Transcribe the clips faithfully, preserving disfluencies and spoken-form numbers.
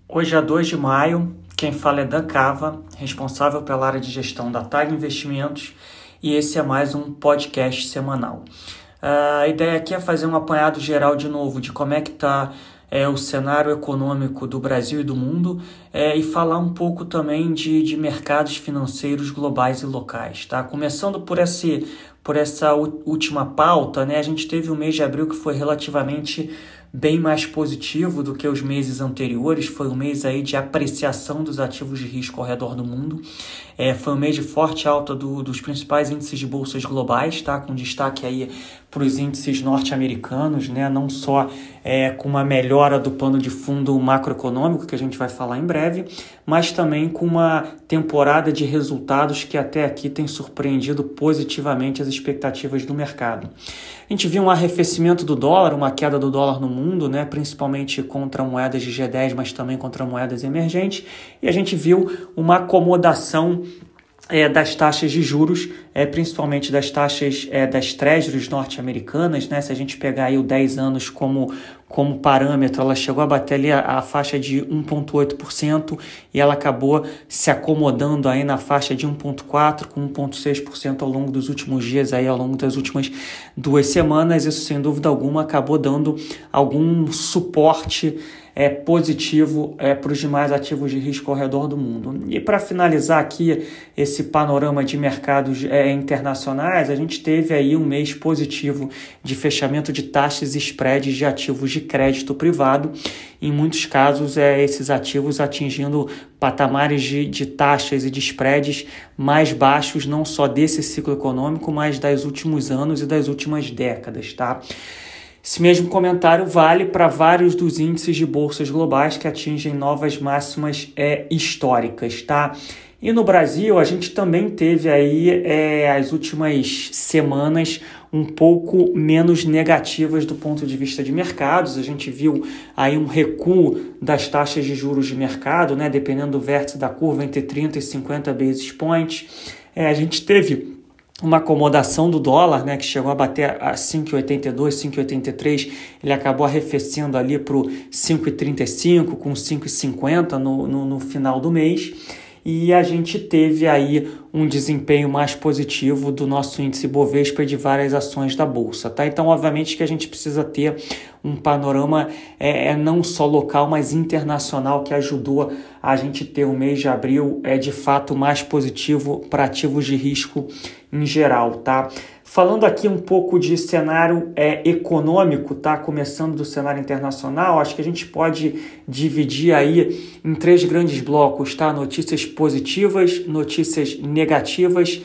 Hoje é dois de maio, quem fala é Dan Cava, responsável pela área de gestão da Tag Investimentos, e esse é mais um podcast semanal. Uh, a ideia aqui é fazer um apanhado geral de novo de como é que está é, o cenário econômico do Brasil e do mundo é, e falar um pouco também de, de mercados financeiros globais e locais. Tá? Começando por, esse, por essa última pauta, né? A gente teve o mês de abril que foi relativamente bem mais positivo do que os meses anteriores. Foi um mês aí de apreciação dos ativos de risco ao redor do mundo. É, foi um mês de forte alta do, dos principais índices de bolsas globais, tá? Com destaque aí para os índices norte-americanos, né? Não só é, com uma melhora do pano de fundo macroeconômico, que a gente vai falar em breve, mas também com uma temporada de resultados que até aqui tem surpreendido positivamente as expectativas do mercado. A gente viu um arrefecimento do dólar, uma queda do dólar no mundo, né, principalmente contra moedas de G dez, mas também contra moedas emergentes, e a gente viu uma acomodação É, das taxas de juros, é, principalmente das taxas é, das treasuries norte-americanas, né? Se a gente pegar aí o dez anos como, como parâmetro, ela chegou a bater ali a, a faixa de um vírgula oito por cento e ela acabou se acomodando aí na faixa de um vírgula quatro por cento com um vírgula seis por cento ao longo dos últimos dias, aí, ao longo das últimas duas semanas. Isso, sem dúvida alguma, acabou dando algum suporte é, positivo é, para os demais ativos de risco ao redor do mundo. E para finalizar aqui esse panorama de mercados é, internacionais, a gente teve aí um mês positivo de fechamento de taxas e spreads de ativos de crédito privado, em muitos casos é, esses ativos atingindo patamares de, de taxas e de spreads mais baixos, não só desse ciclo econômico, mas dos últimos anos e das últimas décadas, tá? Esse mesmo comentário vale para vários dos índices de bolsas globais que atingem novas máximas é, históricas, tá? E no Brasil, a gente também teve aí é, as últimas semanas um pouco menos negativas do ponto de vista de mercados. A gente viu aí um recuo das taxas de juros de mercado, né? Dependendo do vértice da curva, entre trinta e cinquenta basis points. É, a gente teve uma acomodação do dólar, né, que chegou a bater a cinco vírgula oitenta e dois, cinco vírgula oitenta e três, ele acabou arrefecendo ali para o cinco vírgula trinta e cinco, com cinco vírgula cinquenta no, no, no final do mês. E a gente teve aí um desempenho mais positivo do nosso índice Bovespa e de várias ações da Bolsa, tá? Então, obviamente que a gente precisa ter um panorama é, é não só local, mas internacional, que ajudou a gente ter o mês de abril é, de fato mais positivo para ativos de risco em geral, tá? Falando aqui um pouco de cenário é, econômico, tá? Começando do cenário internacional, acho que a gente pode dividir aí em três grandes blocos, tá? Notícias positivas, notícias negativas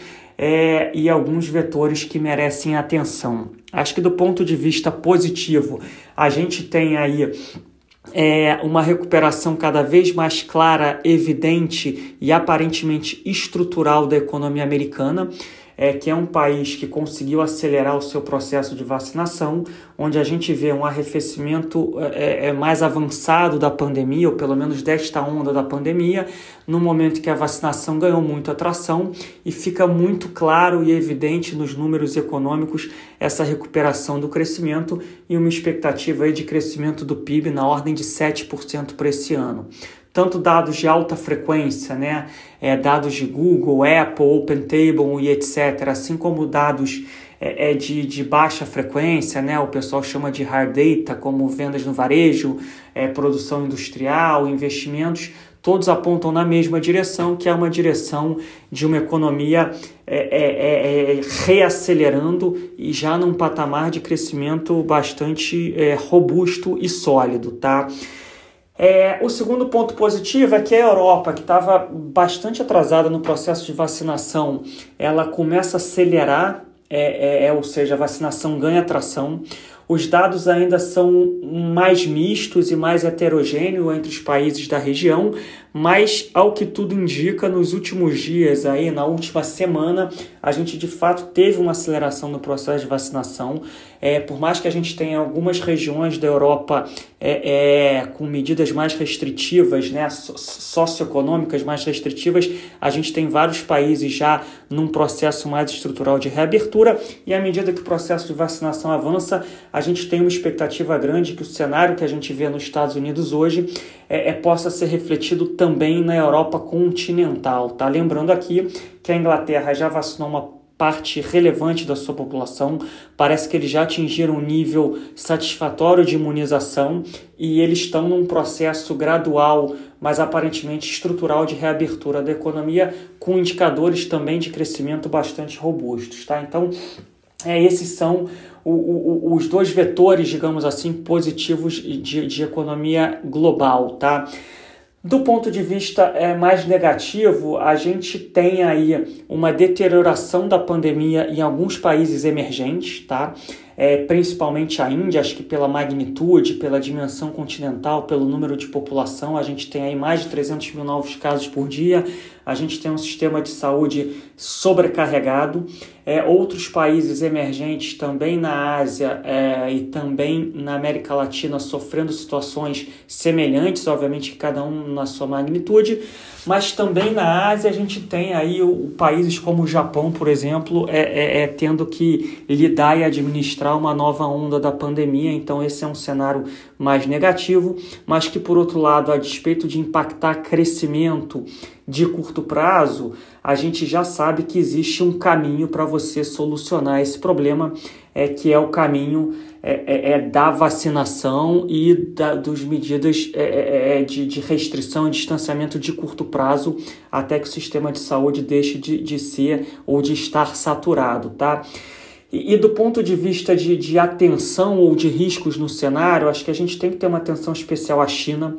é, e alguns vetores que merecem atenção. Acho que do ponto de vista positivo, a gente tem aí É uma recuperação cada vez mais clara, evidente e aparentemente estrutural da economia americana, é, que é um país que conseguiu acelerar o seu processo de vacinação, onde a gente vê um arrefecimento é, é, mais avançado da pandemia, ou pelo menos desta onda da pandemia, no momento que a vacinação ganhou muito atração e fica muito claro e evidente nos números econômicos essa recuperação do crescimento e uma expectativa aí de crescimento do P I B na ordem de sete por cento para esse ano. Tanto dados de alta frequência, né, é, dados de Google, Apple, OpenTable e etcétera, assim como dados é, é, de, de baixa frequência, né, o pessoal chama de hard data, como vendas no varejo, é, produção industrial, investimentos, todos apontam na mesma direção, que é uma direção de uma economia é, é, é, reacelerando e já num patamar de crescimento bastante é, robusto e sólido, tá? É, o segundo ponto positivo é que a Europa, que estava bastante atrasada no processo de vacinação, ela começa a acelerar, é, é, ou seja, a vacinação ganha tração. Os dados ainda são mais mistos e mais heterogêneos entre os países da região, mas, ao que tudo indica, nos últimos dias, aí, na última semana, a gente de fato teve uma aceleração no processo de vacinação. É, por mais que a gente tenha algumas regiões da Europa é, é, com medidas mais restritivas, né, socioeconômicas mais restritivas, a gente tem vários países já num processo mais estrutural de reabertura, e à medida que o processo de vacinação avança, a a gente tem uma expectativa grande que o cenário que a gente vê nos Estados Unidos hoje é, é, possa ser refletido também na Europa continental. Tá? Lembrando aqui que a Inglaterra já vacinou uma parte relevante da sua população, parece que eles já atingiram um nível satisfatório de imunização e eles estão num processo gradual, mas aparentemente estrutural de reabertura da economia, com indicadores também de crescimento bastante robustos. Tá? Então, é, esses são o, o, os dois vetores, digamos assim, positivos de, de economia global. Tá? Do ponto de vista é, mais negativo, a gente tem aí uma deterioração da pandemia em alguns países emergentes, tá? É, principalmente a Índia, acho que pela magnitude, pela dimensão continental, pelo número de população, a gente tem aí mais de trezentos mil novos casos por dia, a gente tem um sistema de saúde sobrecarregado. É, outros países emergentes também na Ásia é, e também na América Latina sofrendo situações semelhantes, obviamente cada um na sua magnitude, mas também na Ásia a gente tem aí o, o países como o Japão, por exemplo, é, é, é, tendo que lidar e administrar uma nova onda da pandemia, então esse é um cenário mais negativo, mas que por outro lado, a despeito de impactar crescimento de curto prazo, a gente já sabe que existe um caminho para você solucionar esse problema, é, que é o caminho é, é, é da vacinação e da, dos medidas é, é, de, de restrição e distanciamento de curto prazo até que o sistema de saúde deixe de, de ser ou de estar saturado, tá? E, e do ponto de vista de, de atenção ou de riscos no cenário, acho que a gente tem que ter uma atenção especial à China.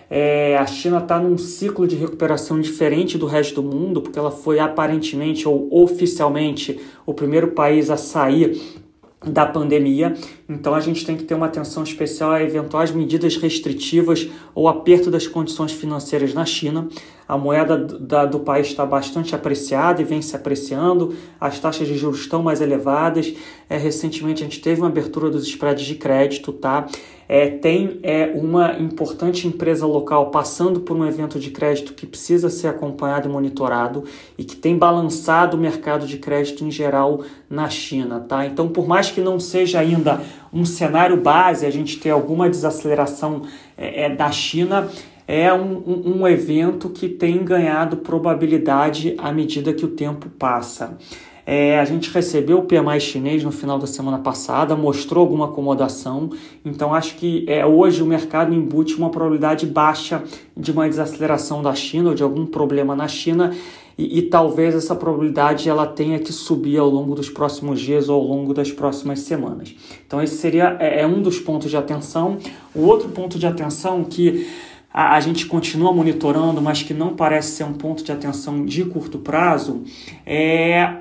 É, a China está num ciclo de recuperação diferente do resto do mundo, porque ela foi aparentemente ou oficialmente o primeiro país a sair da pandemia, então a gente tem que ter uma atenção especial a eventuais medidas restritivas ou aperto das condições financeiras na China. A moeda da, do país está bastante apreciada e vem se apreciando, as taxas de juros estão mais elevadas, é, recentemente a gente teve uma abertura dos spreads de crédito, tá? É, tem é, uma importante empresa local passando por um evento de crédito que precisa ser acompanhado e monitorado e que tem balançado o mercado de crédito em geral na China, tá? Então, por mais que não seja ainda um cenário base, a gente ter alguma desaceleração é, é, da China, é um, um, um evento que tem ganhado probabilidade à medida que o tempo passa. É, a gente recebeu o P M I chinês no final da semana passada, mostrou alguma acomodação, então acho que é, hoje o mercado embute uma probabilidade baixa de uma desaceleração da China ou de algum problema na China e, e talvez essa probabilidade ela tenha que subir ao longo dos próximos dias ou ao longo das próximas semanas. Então esse seria é, é um dos pontos de atenção. O outro ponto de atenção que a, a gente continua monitorando, mas que não parece ser um ponto de atenção de curto prazo, é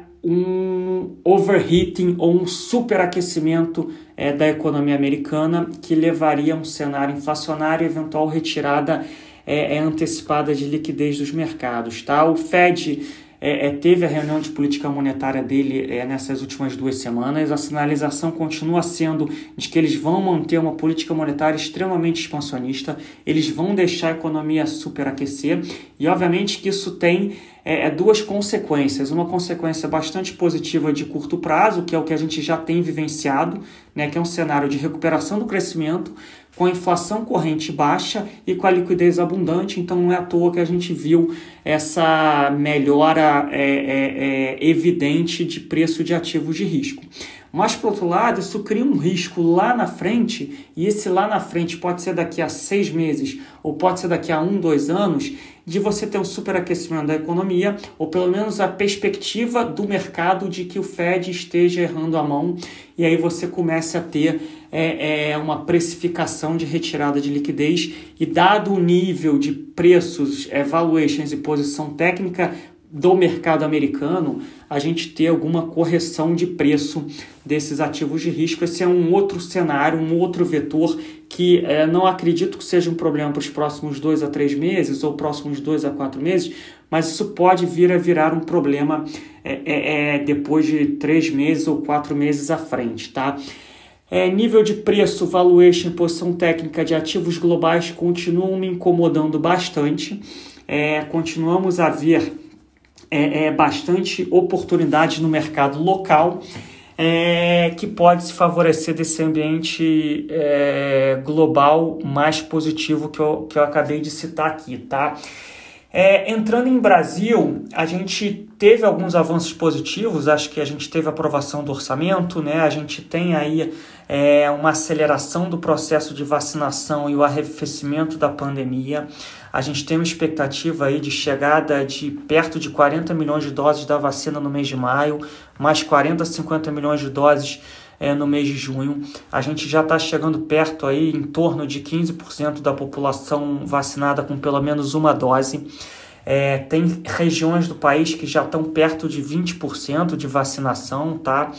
um overheating ou um superaquecimento é, da economia americana que levaria a um cenário inflacionário e eventual retirada é, é, antecipada de liquidez dos mercados. Tá? O Fed é, é, teve a reunião de política monetária dele é, nessas últimas duas semanas. A sinalização continua sendo de que eles vão manter uma política monetária extremamente expansionista, eles vão deixar a economia superaquecer e obviamente que isso tem É, é duas consequências, uma consequência bastante positiva de curto prazo, que é o que a gente já tem vivenciado, né, que é um cenário de recuperação do crescimento, com a inflação corrente baixa e com a liquidez abundante, então não é à toa que a gente viu essa melhora é, é, é, evidente de preço de ativos de risco. Mas, por outro lado, isso cria um risco lá na frente, e esse lá na frente pode ser daqui a seis meses ou pode ser daqui a um, dois anos, de você ter um superaquecimento da economia, ou pelo menos a perspectiva do mercado de que o Fed esteja errando a mão, e aí você comece a ter é, é, uma precificação de retirada de liquidez, e dado o nível de preços, é, valuations e posição técnica do mercado americano, a gente ter alguma correção de preço desses ativos de risco. Esse é um outro cenário, um outro vetor que é, não acredito que seja um problema para os próximos dois a três meses ou próximos dois a quatro meses, mas isso pode vir a virar um problema é, é, é, depois de três meses ou quatro meses à frente, tá? É, nível de preço, valuation, posição técnica de ativos globais continuam me incomodando bastante. É, continuamos a ver É, é, bastante oportunidade no mercado local. é, que pode se favorecer desse ambiente é, global mais positivo que eu, que eu acabei de citar aqui, tá? É, entrando em Brasil, a gente teve alguns avanços positivos, acho que a gente teve aprovação do orçamento, né? A gente tem aí é, uma aceleração do processo de vacinação e o arrefecimento da pandemia. A gente tem uma expectativa aí de chegada de perto de quarenta milhões de doses da vacina no mês de maio, mais quarenta, cinquenta milhões de doses É, no mês de junho. A gente já está chegando perto aí, em torno de quinze por cento da população vacinada com pelo menos uma dose. É, tem regiões do país que já estão perto de vinte por cento de vacinação, tá?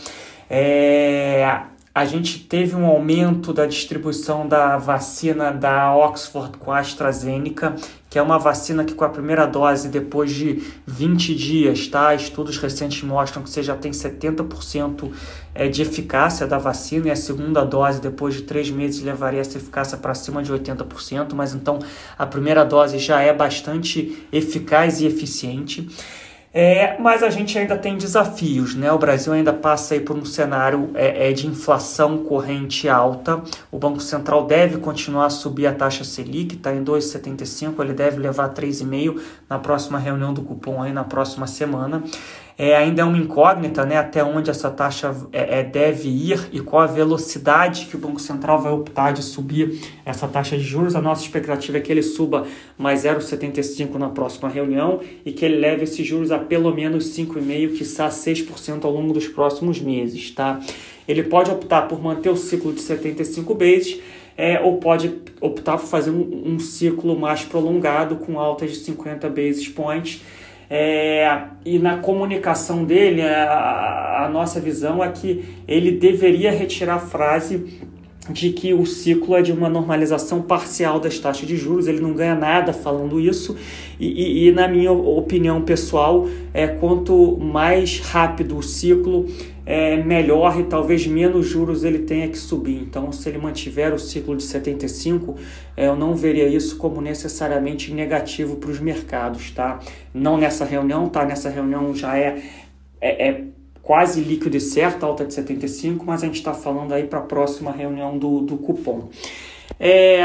É, a gente teve um aumento da distribuição da vacina da Oxford com a AstraZeneca, que é uma vacina que com a primeira dose, depois de vinte dias, tá? Estudos recentes mostram que você já tem setenta por cento de eficácia da vacina, e a segunda dose, depois de três meses, levaria essa eficácia para cima de oitenta por cento, mas então a primeira dose já é bastante eficaz e eficiente. É, mas a gente ainda tem desafios, né? O Brasil ainda passa aí por um cenário é, é, de inflação corrente alta. O Banco Central deve continuar a subir a taxa Selic, está em dois vírgula setenta e cinco, ele deve levar três vírgula cinco na próxima reunião do cupom, aí na próxima semana. É, ainda é uma incógnita, né, até onde essa taxa é, é, deve ir e qual a velocidade que o Banco Central vai optar de subir essa taxa de juros. A nossa expectativa é que ele suba mais zero vírgula setenta e cinco na próxima reunião e que ele leve esses juros a pelo menos cinco vírgula cinco por cento, quiçá seis por cento ao longo dos próximos meses, tá? Ele pode optar por manter o ciclo de setenta e cinco vezes, É, ou pode optar por fazer um, um ciclo mais prolongado com altas de cinquenta basis points. É, e na comunicação dele, a, a nossa visão é que ele deveria retirar a frase de que o ciclo é de uma normalização parcial das taxas de juros. Ele não ganha nada falando isso, e, e, e na minha opinião pessoal, é, quanto mais rápido o ciclo, é, melhor, e talvez menos juros ele tenha que subir. Então, se ele mantiver o ciclo de setenta e cinco, é, eu não veria isso como necessariamente negativo para os mercados, tá? Não nessa reunião, tá? Nessa reunião já é, é, é quase líquido e certo, alta de setenta e cinco, mas a gente está falando aí para a próxima reunião do, do cupom. É,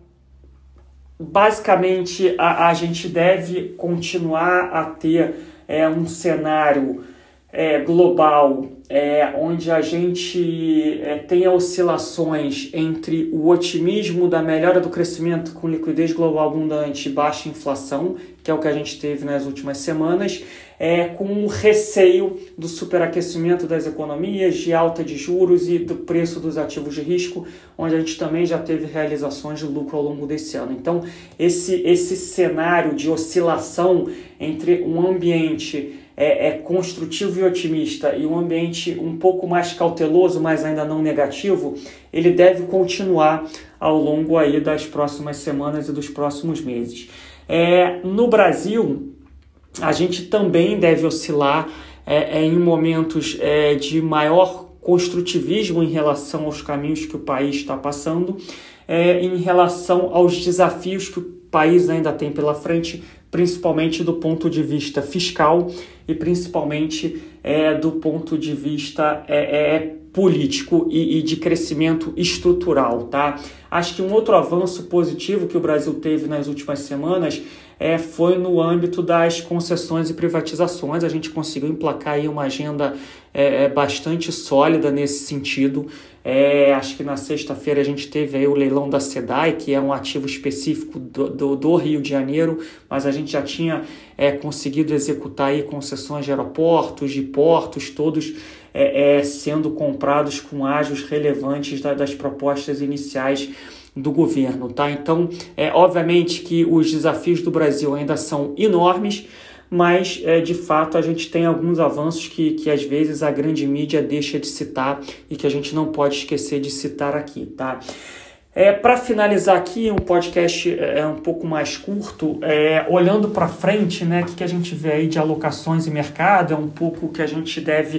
basicamente, a, a gente deve continuar a ter é, um cenário é, global é, onde a gente é, tenha oscilações entre o otimismo da melhora do crescimento com liquidez global abundante e baixa inflação, que é o que a gente teve nas últimas semanas, é, com o receio do superaquecimento das economias, de alta de juros e do preço dos ativos de risco, onde a gente também já teve realizações de lucro ao longo desse ano. Então, esse, esse cenário de oscilação entre um ambiente é, é construtivo e otimista e um ambiente um pouco mais cauteloso, mas ainda não negativo, ele deve continuar ao longo aí das próximas semanas e dos próximos meses. É, no Brasil, a gente também deve oscilar é, é, em momentos é, de maior construtivismo em relação aos caminhos que o país está passando, é, em relação aos desafios que o país ainda tem pela frente, principalmente do ponto de vista fiscal e principalmente é, do ponto de vista é, é, político e, e de crescimento estrutural, tá? Acho que um outro avanço positivo que o Brasil teve nas últimas semanas é, foi no âmbito das concessões e privatizações. A gente conseguiu emplacar aí uma agenda é, bastante sólida nesse sentido. É, acho que na sexta-feira a gente teve aí o leilão da SEDAI, que é um ativo específico do, do, do Rio de Janeiro, mas a gente já tinha é, conseguido executar aí concessões de aeroportos, de portos, todos é, é, sendo comprados com ágios relevantes da, das propostas iniciais do governo, tá? Então, é, obviamente que os desafios do Brasil ainda são enormes, mas, é, de fato, a gente tem alguns avanços que, que, às vezes, a grande mídia deixa de citar e que a gente não pode esquecer de citar aqui, tá? É, para finalizar aqui, um podcast é um pouco mais curto, é, olhando para frente, né, o que, que a gente vê aí de alocações e mercado, é um pouco o que a gente deve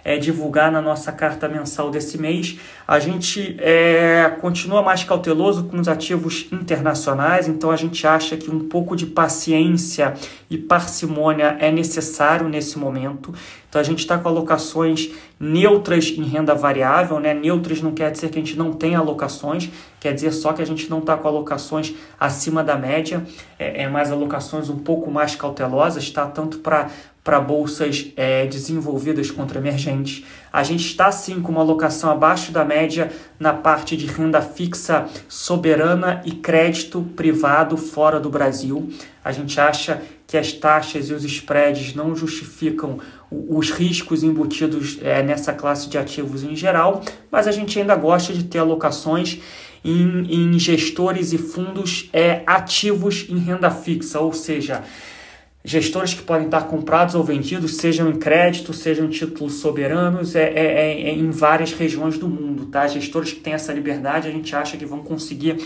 é, divulgar na nossa carta mensal desse mês. A gente é, continua mais cauteloso com os ativos internacionais, então a gente acha que um pouco de paciência e parcimônia é necessário nesse momento. Então a gente está com alocações neutras em renda variável, né? Neutras não quer dizer que a gente não tem alocações, quer dizer só que a gente não está com alocações acima da média, é, é mais alocações um pouco mais cautelosas, tá? Tanto para para bolsas é, desenvolvidas contra emergentes. A gente está sim com uma alocação abaixo da média na parte de renda fixa soberana e crédito privado fora do Brasil. A gente acha que as taxas e os spreads não justificam os riscos embutidos é, nessa classe de ativos em geral, mas a gente ainda gosta de ter alocações em, em gestores e fundos é, ativos em renda fixa, ou seja, gestores que podem estar comprados ou vendidos, sejam em crédito, sejam em títulos soberanos, é, é, é em várias regiões do mundo, tá? Gestores que têm essa liberdade, a gente acha que vão conseguir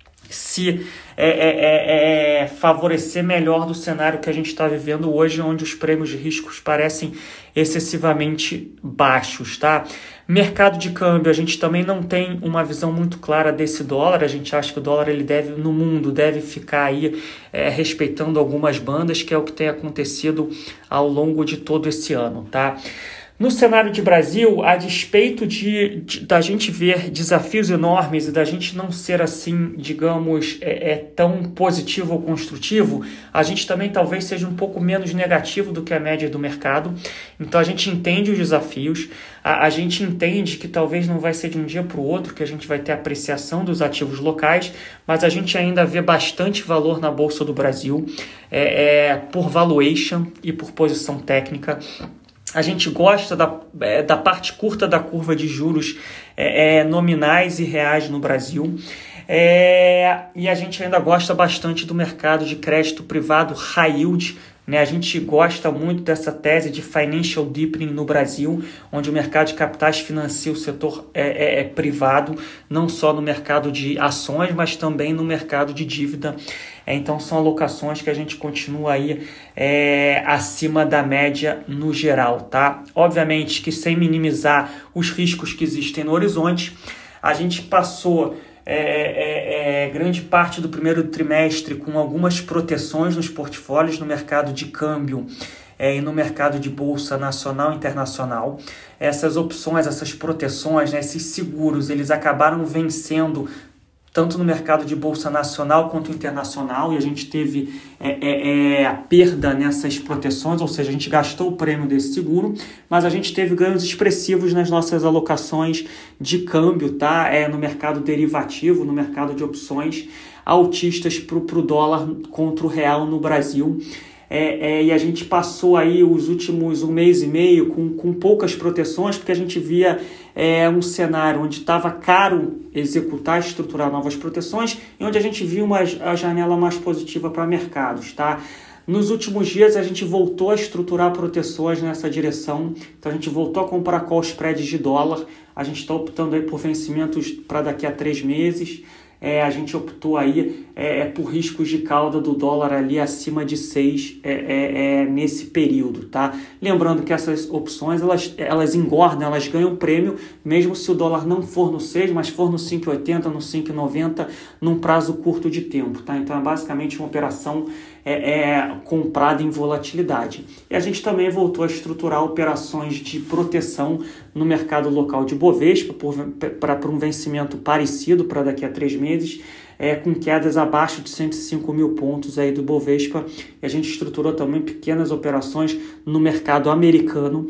se é, é, é, é, favorecer melhor do cenário que a gente está vivendo hoje, onde os prêmios de riscos parecem excessivamente baixos, tá? Mercado de câmbio, a gente também não tem uma visão muito clara desse dólar. A gente acha que o dólar ele deve, no mundo deve ficar aí é, respeitando algumas bandas, que é o que tem acontecido ao longo de todo esse ano, tá? No cenário de Brasil, a despeito de, de da gente ver desafios enormes e da gente não ser assim, digamos, é, é tão positivo ou construtivo, a gente também talvez seja um pouco menos negativo do que a média do mercado. Então a gente entende os desafios, a, a gente entende que talvez não vai ser de um dia para o outro que a gente vai ter apreciação dos ativos locais, mas a gente ainda vê bastante valor na Bolsa do Brasil, é, é, por valuation e por posição técnica. A gente gosta da, da parte curta da curva de juros é, é, nominais e reais no Brasil. É, e a gente ainda gosta bastante do mercado de crédito privado high yield, né? A gente gosta muito dessa tese de financial deepening no Brasil, onde o mercado de capitais financia o setor é, é, é privado, não só no mercado de ações, mas também no mercado de dívida. É, então são alocações que a gente continua aí é, acima da média no geral, tá? Obviamente que sem minimizar os riscos que existem no horizonte, a gente passou É, é, é, grande parte do primeiro trimestre com algumas proteções nos portfólios no mercado de câmbio é, e no mercado de bolsa nacional e internacional. Essas opções, essas proteções, né, esses seguros, eles acabaram vencendo tanto no mercado de bolsa nacional quanto internacional, e a gente teve é, é, é, a perda nessas proteções, ou seja, a gente gastou o prêmio desse seguro, mas a gente teve ganhos expressivos nas nossas alocações de câmbio, tá? É, no mercado derivativo, no mercado de opções, altistas para o dólar contra o real no Brasil. É, é, e a gente passou aí os últimos um mês e meio com, com poucas proteções, porque a gente via é, um cenário onde estava caro executar, estruturar novas proteções, e onde a gente viu uma a janela mais positiva para mercados, tá? Nos últimos dias a gente voltou a estruturar proteções nessa direção, então a gente voltou a comprar call spreads de dólar, a gente está optando aí por vencimentos para daqui a três meses, É, a gente optou aí é, por riscos de cauda do dólar ali acima de seis é, é, é, nesse período, tá? Lembrando que essas opções, elas, elas engordam, elas ganham prêmio, mesmo se o dólar não for no seis, mas for no cinco e oitenta, no cinco e noventa, num prazo curto de tempo, tá? Então é basicamente uma operação é, é, comprada em volatilidade. E a gente também voltou a estruturar operações de proteção no mercado local de Bovespa para um vencimento parecido para daqui a três meses, é, com quedas abaixo de cento e cinco mil pontos aí do Bovespa. E a gente estruturou também pequenas operações no mercado americano,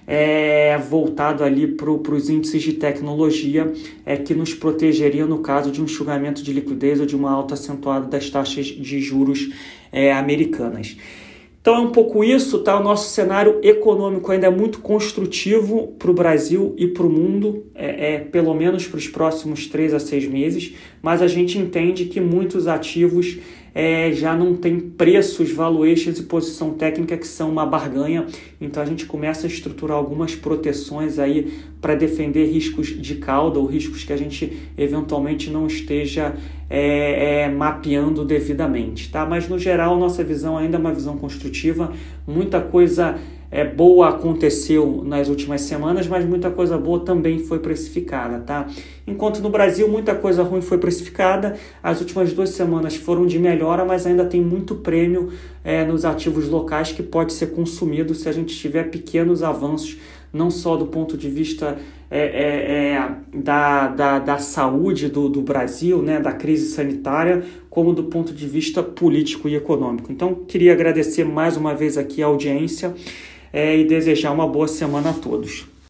é, voltado ali para os índices de tecnologia, é, que nos protegeriam no caso de um enxugamento de liquidez ou de uma alta acentuada das taxas de juros é, americanas. Então é um pouco isso, tá? O nosso cenário econômico ainda é muito construtivo para o Brasil e para o mundo, é, é, pelo menos para os próximos três a seis meses, mas a gente entende que muitos ativos é, já não tem preços, valuations e posição técnica que são uma barganha, então a gente começa a estruturar algumas proteções aí para defender riscos de cauda ou riscos que a gente eventualmente não esteja é, é, mapeando devidamente, tá? Mas no geral nossa visão ainda é uma visão construtiva, muita coisa é, boa aconteceu nas últimas semanas, mas muita coisa boa também foi precificada, tá? Enquanto no Brasil muita coisa ruim foi precificada, as últimas duas semanas foram de melhora, mas ainda tem muito prêmio é, nos ativos locais que pode ser consumido se a gente tiver pequenos avanços, não só do ponto de vista é, é, é, da, da, da saúde do, do Brasil, né, da crise sanitária, como do ponto de vista político e econômico. Então, queria agradecer mais uma vez aqui a audiência é, e desejar uma boa semana a todos.